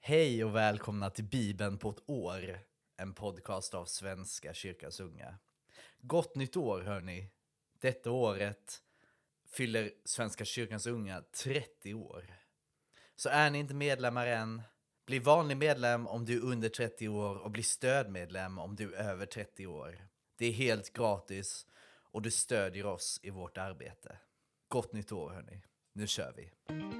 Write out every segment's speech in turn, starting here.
Hej och välkomna till Bibeln på ett år, en podcast av Svenska kyrkans unga. Gott nytt år hörni! Detta året fyller Svenska kyrkans unga 30 år. Så är ni inte medlemmar än, bli vanlig medlem om du är under 30 år och bli stödmedlem om du är över 30 år. Det är helt gratis och du stödjer oss i vårt arbete. Gott nytt år hörni, nu kör vi!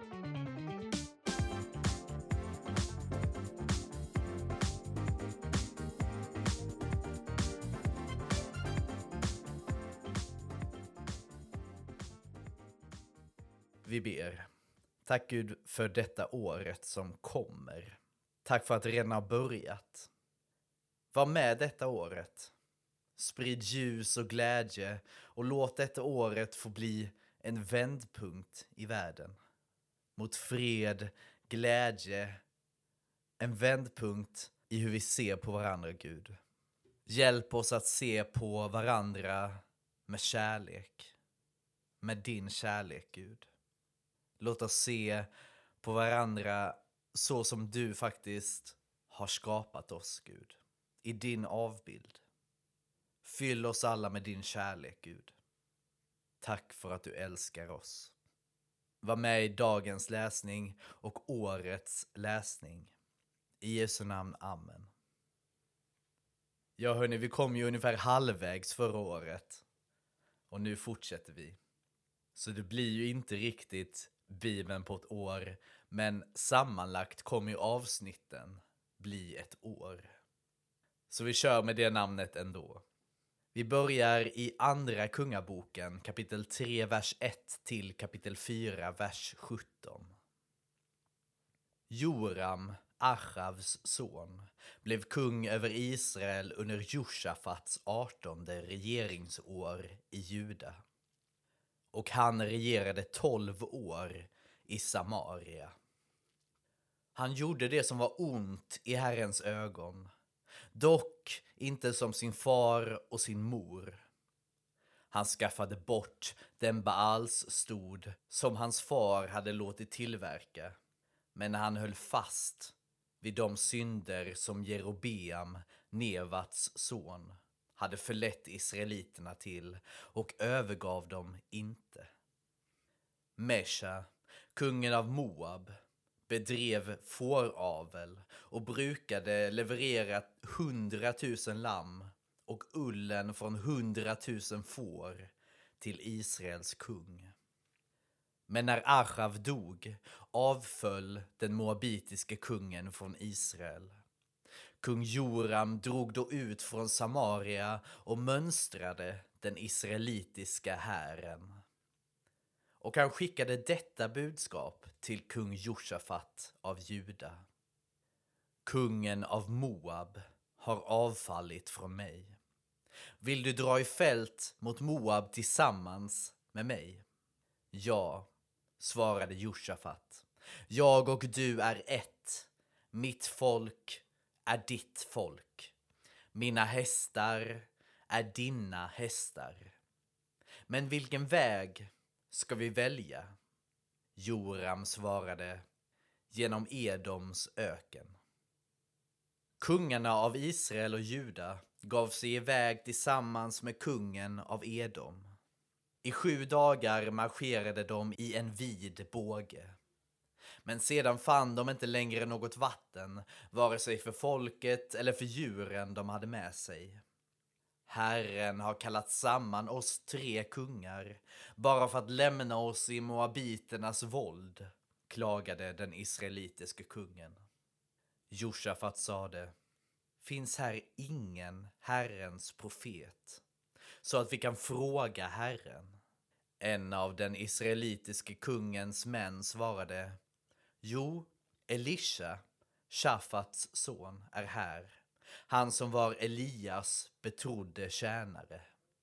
Vi ber. Tack Gud för detta året som kommer. Tack för att det redan har börjat. Var med detta året. Sprid ljus och glädje och låt detta året få bli en vändpunkt i världen. Mot fred, glädje, en vändpunkt i hur vi ser på varandra, Gud. Hjälp oss att se på varandra med kärlek. Med din kärlek, Gud. Låt oss se på varandra så som du faktiskt har skapat oss, Gud. I din avbild. Fyll oss alla med din kärlek, Gud. Tack för att du älskar oss. Var med i dagens läsning och årets läsning. I Jesu namn, amen. Ja hörni, vi kom ju ungefär halvvägs förra året. Och nu fortsätter vi. Så det blir ju inte riktigt Bibeln på ett år, men sammanlagt kommer ju avsnitten bli ett år. Så vi kör med det namnet ändå. Vi börjar i andra kungaboken, kapitel 3, vers 1 till kapitel 4, vers 17. Joram, Achavs son, blev kung över Israel under Josafats 18:e regeringsår i Juda. Och han regerade 12 år i Samaria. Han gjorde det som var ont i Herrens ögon, dock inte som sin far och sin mor. Han skaffade bort den Baalsstod som hans far hade låtit tillverka, men han höll fast vid de synder som Jerobeam, Nevats son, hade förlett israeliterna till och övergav dem inte. Mesha, kungen av Moab, bedrev fåravel och brukade leverera 100 000 lamm och ullen från 100 000 får till Israels kung. Men när Achav dog avföll den moabitiske kungen från Israel. Kung Joram drog då ut från Samaria och mönstrade den israelitiska hären. Och han skickade detta budskap till kung Josafat av Juda. Kungen av Moab har avfallit från mig. Vill du dra i fält mot Moab tillsammans med mig? Ja, svarade Josafat. Jag och du är ett. Mitt folk är ditt folk. Mina hästar är dina hästar. Men vilken väg ska vi välja? Joram svarade, genom Edoms öken. Kungarna av Israel och Juda gav sig iväg tillsammans med kungen av Edom. I 7 dagar marscherade de i en vid båge. Men sedan fann de inte längre något vatten, vare sig för folket eller för djuren de hade med sig. Herren har kallat samman oss 3 kungar, bara för att lämna oss i moabiternas våld, klagade den israelitiske kungen. Josafat sade, finns här ingen Herrens profet, så att vi kan fråga Herren? En av den israelitiske kungens män svarade, jo, Elisha, Shafats son, är här. Han som var Elias betrodde tjänare.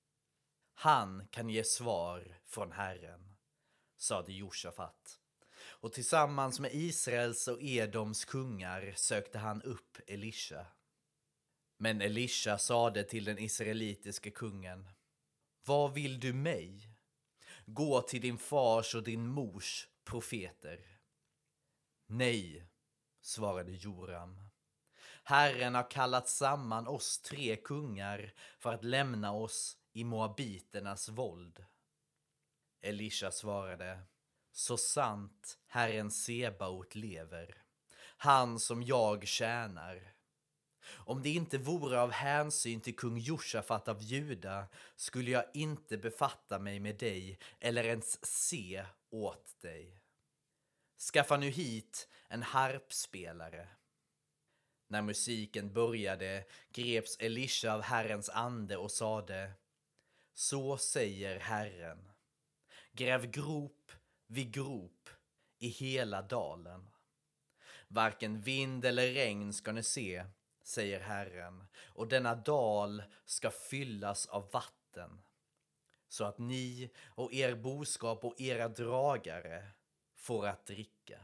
Han kan ge svar från Herren, sade Josafat. Och tillsammans med Israels och Edoms kungar sökte han upp Elisha. Men Elisha sade till den israelitiske kungen, vad vill du mig? Gå till din fars och din mors profeter. Nej, svarade Joram. Herren har kallat samman oss 3 kungar för att lämna oss i moabiternas våld. Elisha svarade, så sant Herren Sebaot lever, han som jag tjänar. Om det inte vore av hänsyn till kung Josafat av Juda skulle jag inte befatta mig med dig eller ens se åt dig. Skaffa nu hit en harpspelare. När musiken började greps Elisha av Herrens ande och sade, så säger Herren, gräv grop vid grop i hela dalen. Varken vind eller regn ska ni se, säger Herren, och denna dal ska fyllas av vatten, så att ni och er boskap och era dragare får att dricka.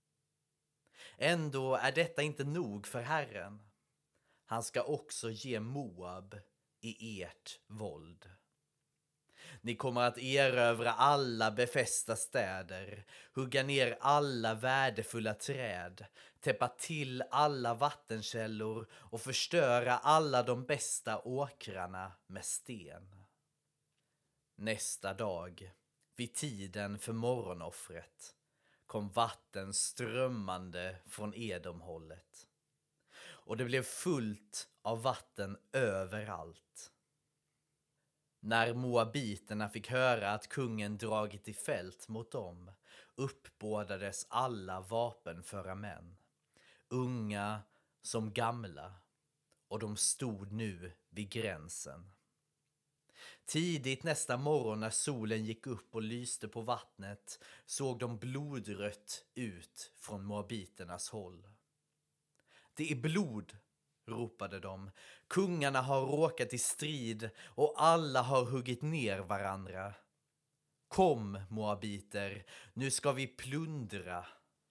Ändå är detta inte nog för Herren. Han ska också ge Moab i ert våld. Ni kommer att erövra alla befästa städer, hugga ner alla värdefulla träd, täppa till alla vattenkällor och förstöra alla de bästa åkrarna med sten. Nästa dag, vid tiden för morgonoffret, kom vatten strömmande från Edomhållet. Och det blev fullt av vatten överallt. När moabiterna fick höra att kungen dragit i fält mot dem, uppbådades alla vapenföra män, unga som gamla, och de stod nu vid gränsen. Tidigt nästa morgon när solen gick upp och lyste på vattnet såg de blodrött ut från moabiternas håll. Det är blod, ropade de. Kungarna har råkat i strid och alla har huggit ner varandra. Kom, moabiter, nu ska vi plundra.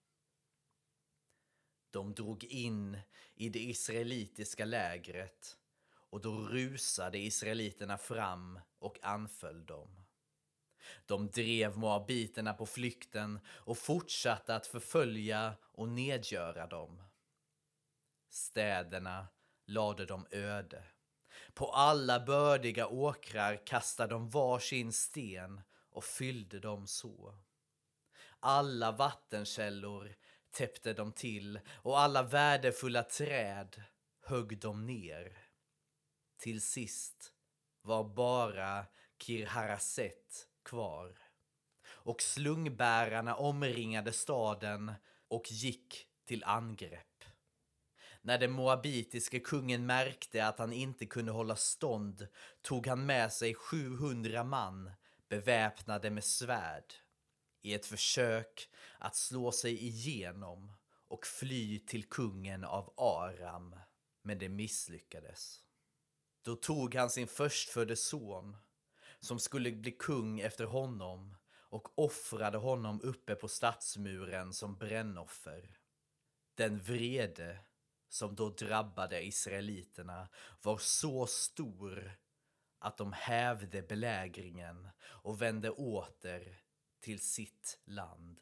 De drog in i det israelitiska lägret och då rusade israeliterna fram och anföll dem. De drev moabiterna på flykten och fortsatte att förfölja och nedgöra dem. Städerna lade de öde. På alla bördiga åkrar kastade de var sin sten och fyllde dem så. Alla vattenkällor täppte de till och alla värdefulla träd högg de ner. Till sist var bara Kir-Haraset kvar. Och slungbärarna omringade staden och gick till angrepp. När den moabitiske kungen märkte att han inte kunde hålla stånd tog han med sig 700 man beväpnade med svärd i ett försök att slå sig igenom och fly till kungen av Aram, men det misslyckades. Då tog han sin förstfödde son, som skulle bli kung efter honom, och offrade honom uppe på stadsmuren som brännoffer. Den vrede som då drabbade israeliterna var så stor att de hävde belägringen och vände åter till sitt land.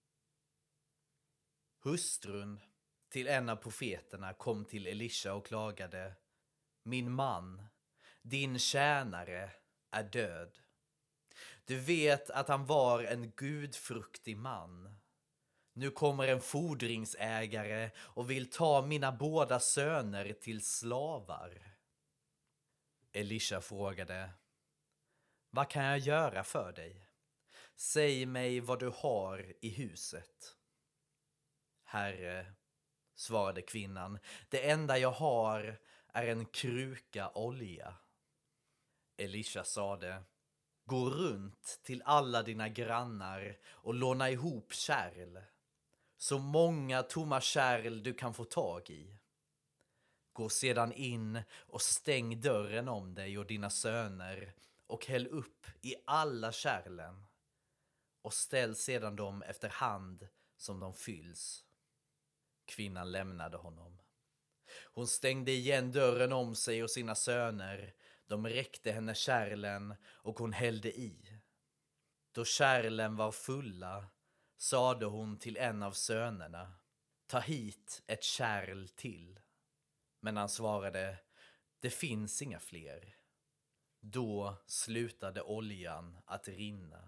Hustrun till en av profeterna kom till Elisha och klagade: Min man, din tjänare, är död. Du vet att han var en gudfruktig man. Nu kommer en fordringsägare och vill ta mina båda söner till slavar. Elisha frågade: Vad kan jag göra för dig? Säg mig vad du har i huset. Herre, svarade kvinnan, det enda jag har är en kruka olja. Elisha sade: Gå runt till alla dina grannar och låna ihop kärl. Så många tomma kärl du kan få tag i. Gå sedan in och stäng dörren om dig och dina söner och häll upp i alla kärlen. Och ställ sedan dem efter hand som de fylls. Kvinnan lämnade honom. Hon stängde igen dörren om sig och sina söner. De räckte henne kärlen och hon hällde i. Då kärlen var fulla sade hon till en av sönerna: ta hit ett kärl till. Men han svarade, det finns inga fler. Då slutade oljan att rinna.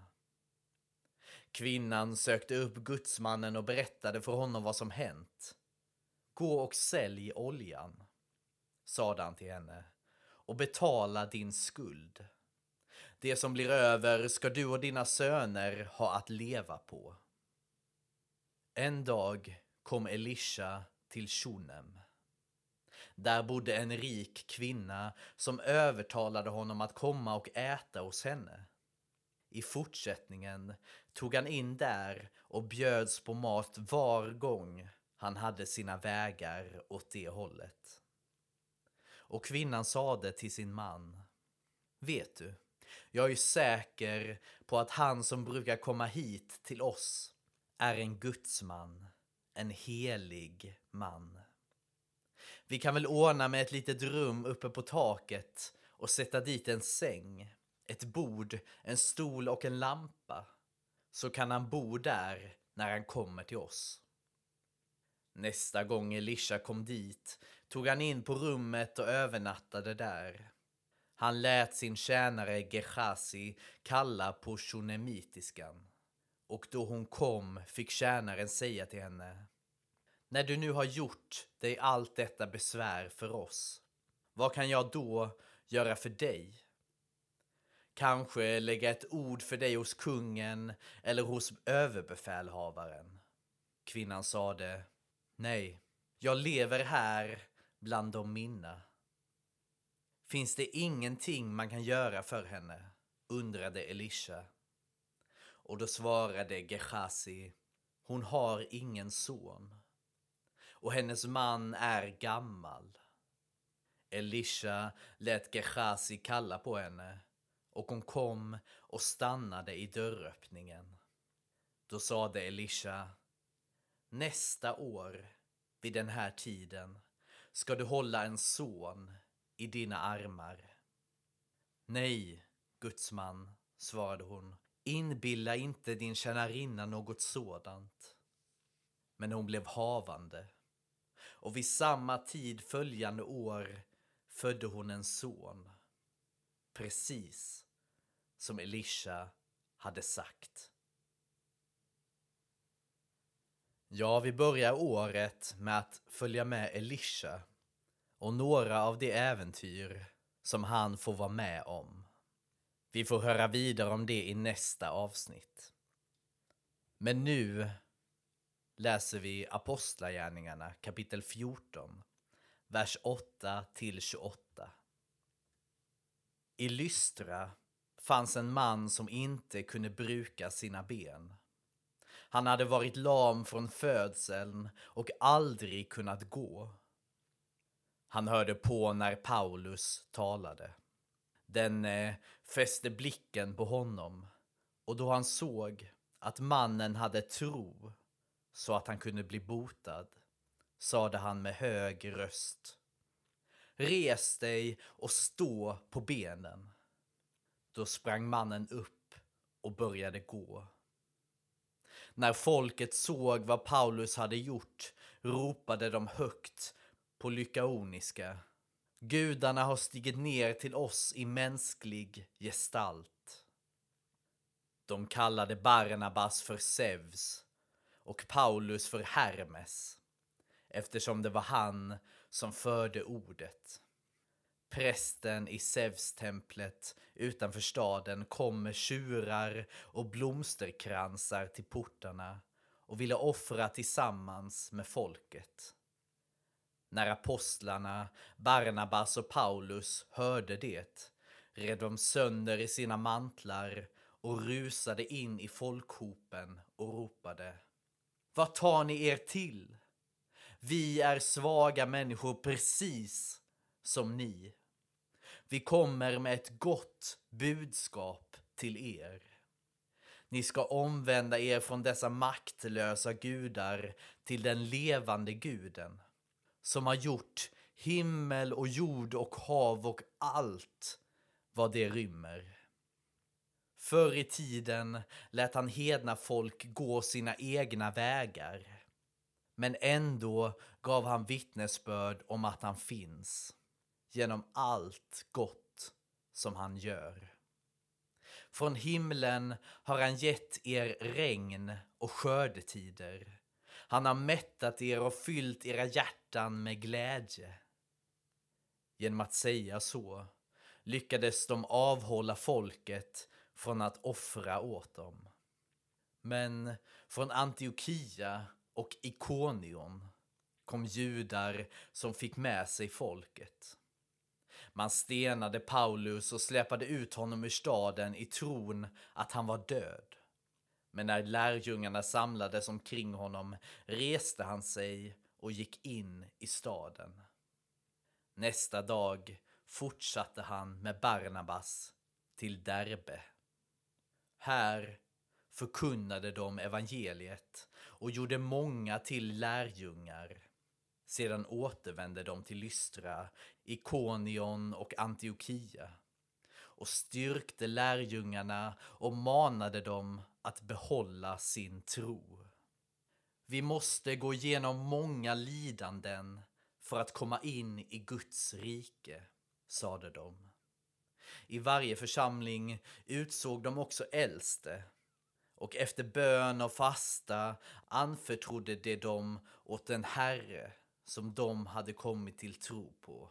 Kvinnan sökte upp gudsmannen och berättade för honom vad som hänt. Gå och sälj oljan, sade han till henne, och betala din skuld. Det som blir över ska du och dina söner ha att leva på. En dag kom Elisha till Shunem. Där bodde en rik kvinna som övertalade honom att komma och äta hos henne. I fortsättningen tog han in där och bjöds på mat var gång han hade sina vägar åt det hållet. Och kvinnan sade till sin man, vet du, jag är säker på att han som brukar komma hit till oss är en gudsman, en helig man. Vi kan väl ordna med ett litet rum uppe på taket och sätta dit en säng, ett bord, en stol och en lampa. Så kan han bo där när han kommer till oss. Nästa gång Elisha kom dit tog han in på rummet och övernattade där. Han lät sin tjänare Gehazi kalla på shunemiskan. Och då hon kom fick tjänaren säga till henne, när du nu har gjort dig allt detta besvär för oss, vad kan jag då göra för dig? Kanske lägga ett ord för dig hos kungen eller hos överbefälhavaren. Kvinnan sade, nej, jag lever här bland de mina. Finns det ingenting man kan göra för henne? Undrade Elisha. Och då svarade Gehazi, hon har ingen son. Och hennes man är gammal. Elisha lät Gehazi kalla på henne. Och hon kom och stannade i dörröppningen. Då sade Elisha, nästa år vid den här tiden ska du hålla en son i dina armar. Nej, gudsman, svarade hon, inbilla inte din tjänarinna något sådant. Men hon blev havande. Och vid samma tid följande år födde hon en son. Precis som Elisha hade sagt. Ja, vi börjar året med att följa med Elisha och några av de äventyr som han får vara med om. Vi får höra vidare om det i nästa avsnitt. Men nu läser vi Apostlagärningarna kapitel 14, vers 8-28. I Lystra fanns en man som inte kunde bruka sina ben. Han hade varit lam från födseln och aldrig kunnat gå. Han hörde på när Paulus talade. Denne fäste blicken på honom, och då han såg att mannen hade tro så att han kunde bli botad, sade han med hög röst, res dig och stå på benen. Då sprang mannen upp och började gå. När folket såg vad Paulus hade gjort ropade de högt på lykaoniska, gudarna har stigit ner till oss i mänsklig gestalt. De kallade Barnabas för Zeus och Paulus för Hermes, eftersom det var han som förde ordet. Prästen i Zeus-templet utanför staden kom med tjurar och blomsterkransar till portarna och ville offra tillsammans med folket. När apostlarna Barnabas och Paulus hörde det, red de sönder i sina mantlar och rusade in i folkhopen och ropade, vad tar ni er till? Vi är svaga människor precis som ni. Vi kommer med ett gott budskap till er. Ni ska omvända er från dessa maktlösa gudar till den levande guden, som har gjort himmel och jord och hav och allt vad det rymmer. Förr i tiden lät han hedna folk gå sina egna vägar. Men ändå gav han vittnesbörd om att han finns genom allt gott som han gör. Från himlen har han gett er regn och skördetider. Han har mättat er och fyllt era hjärtan med glädje. Genom att säga så lyckades de avhålla folket från att offra åt dem. Men från Antiochia och Ikonion kom judar som fick med sig folket. Man stenade Paulus och släpade ut honom ur staden i tron att han var död. Men när lärjungarna samlades omkring honom reste han sig och gick in i staden. Nästa dag fortsatte han med Barnabas till Derbe. Här förkunnade de evangeliet och gjorde många till lärjungar. Sedan återvände de till Lystra, Ikonion och Antiochia och styrkte lärjungarna och manade dem att behålla sin tro. Vi måste gå igenom många lidanden för att komma in i Guds rike, sade de. I varje församling utsåg de också äldste, och efter bön och fasta anförtrodde de dem åt den Herre som de hade kommit till tro på.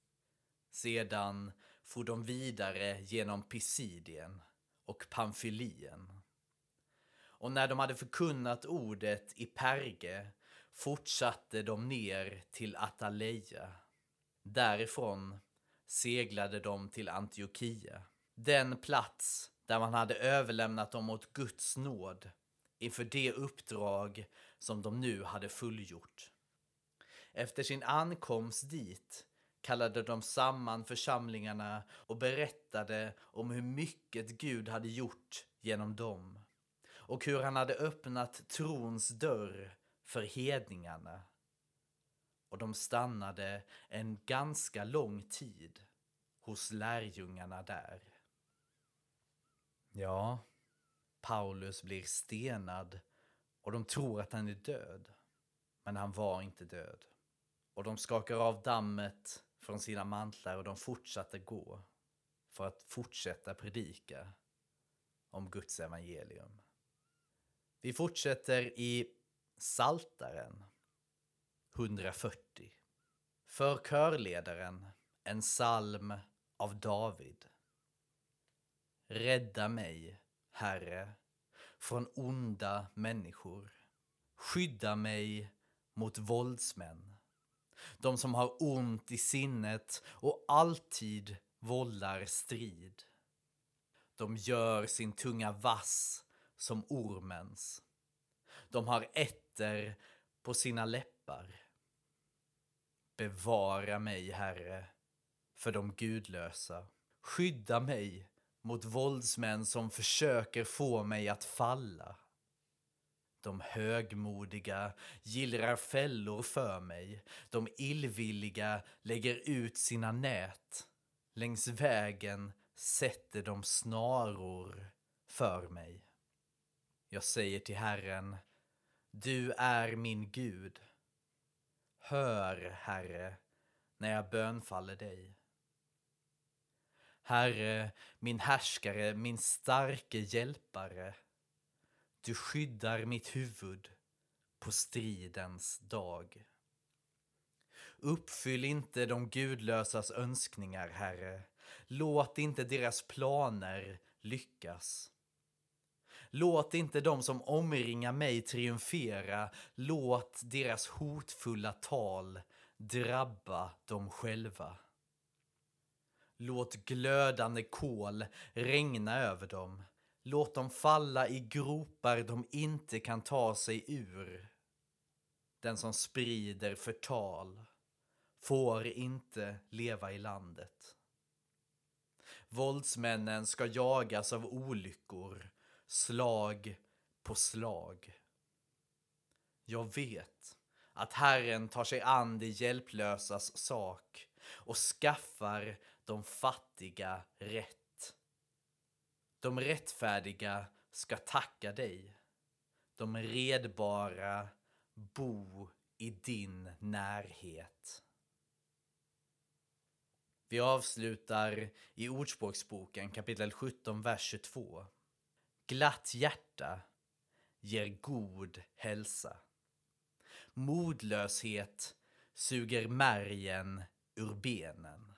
Sedan for de vidare genom Pisidien och Pamfylien. Och när de hade förkunnat ordet i Perge fortsatte de ner till Attaleia. Därifrån seglade de till Antiochia, den plats där man hade överlämnat dem åt Guds nåd inför det uppdrag som de nu hade fullgjort. Efter sin ankomst dit kallade de samman församlingarna och berättade om hur mycket Gud hade gjort genom dem och hur han hade öppnat trons dörr för hedningarna. Och de stannade en ganska lång tid hos lärjungarna där. Ja, Paulus blir stenad och de tror att han är död. Men han var inte död. Och de skakar av dammet från sina mantlar och de fortsatte gå för att fortsätta predika om Guds evangelium. Vi fortsätter i Psaltaren 140. För körledaren en psalm av David. Rädda mig, Herre, från onda människor. Skydda mig mot våldsmän. De som har ont i sinnet och alltid vållar strid. De gör sin tunga vass som ormens. De har ätter på sina läppar. Bevara mig, Herre, för de gudlösa. Skydda mig mot våldsmän som försöker få mig att falla. De högmodiga gillrar fällor för mig. De illvilliga lägger ut sina nät. Längs vägen sätter de snaror för mig. Jag säger till Herren, du är min Gud. Hör, Herre, när jag bönfaller dig. Herre, min härskare, min starke hjälpare. Du skyddar mitt huvud på stridens dag. Uppfyll inte de gudlösas önskningar, Herre. Låt inte deras planer lyckas. Låt inte de som omringar mig triumfera. Låt deras hotfulla tal drabba dem själva. Låt glödande kol regna över dem. Låt dem falla i gropar de inte kan ta sig ur. Den som sprider förtal får inte leva i landet. Våldsmännen ska jagas av olyckor, slag på slag. Jag vet att Herren tar sig an de hjälplösas sak och skaffar de fattiga rätt. De rättfärdiga ska tacka dig. De redbara bo i din närhet. Vi avslutar i Ordspråksboken kapitel 17, vers 22. Glatt hjärta ger god hälsa. Modlöshet suger märgen ur benen.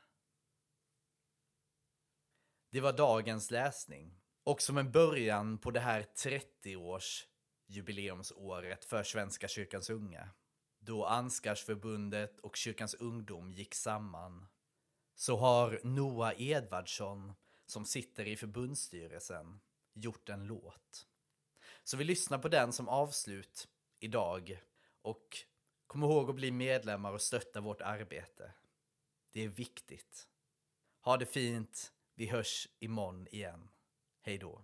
Det var dagens läsning. Och som en början på det här 30-års jubileumsåret för Svenska kyrkans unga, då Ansgarsförbundet och Kyrkans ungdom gick samman, så har Noah Edvardsson, som sitter i förbundsstyrelsen, gjort en låt. Så vi lyssnar på den som avslut idag, och kom ihåg att bli medlemmar och stötta vårt arbete. Det är viktigt. Ha det fint, vi hörs imorgon igen. Hej då.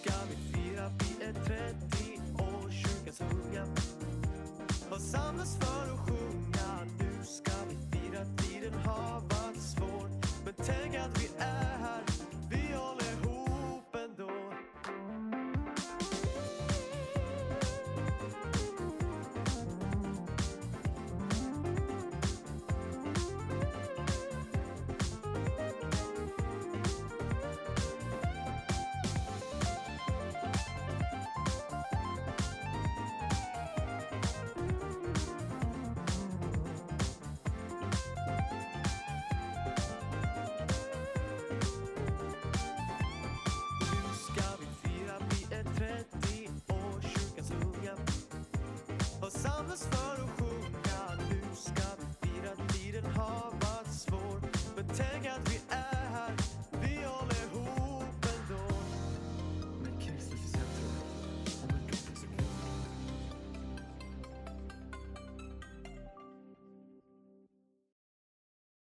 Samlas för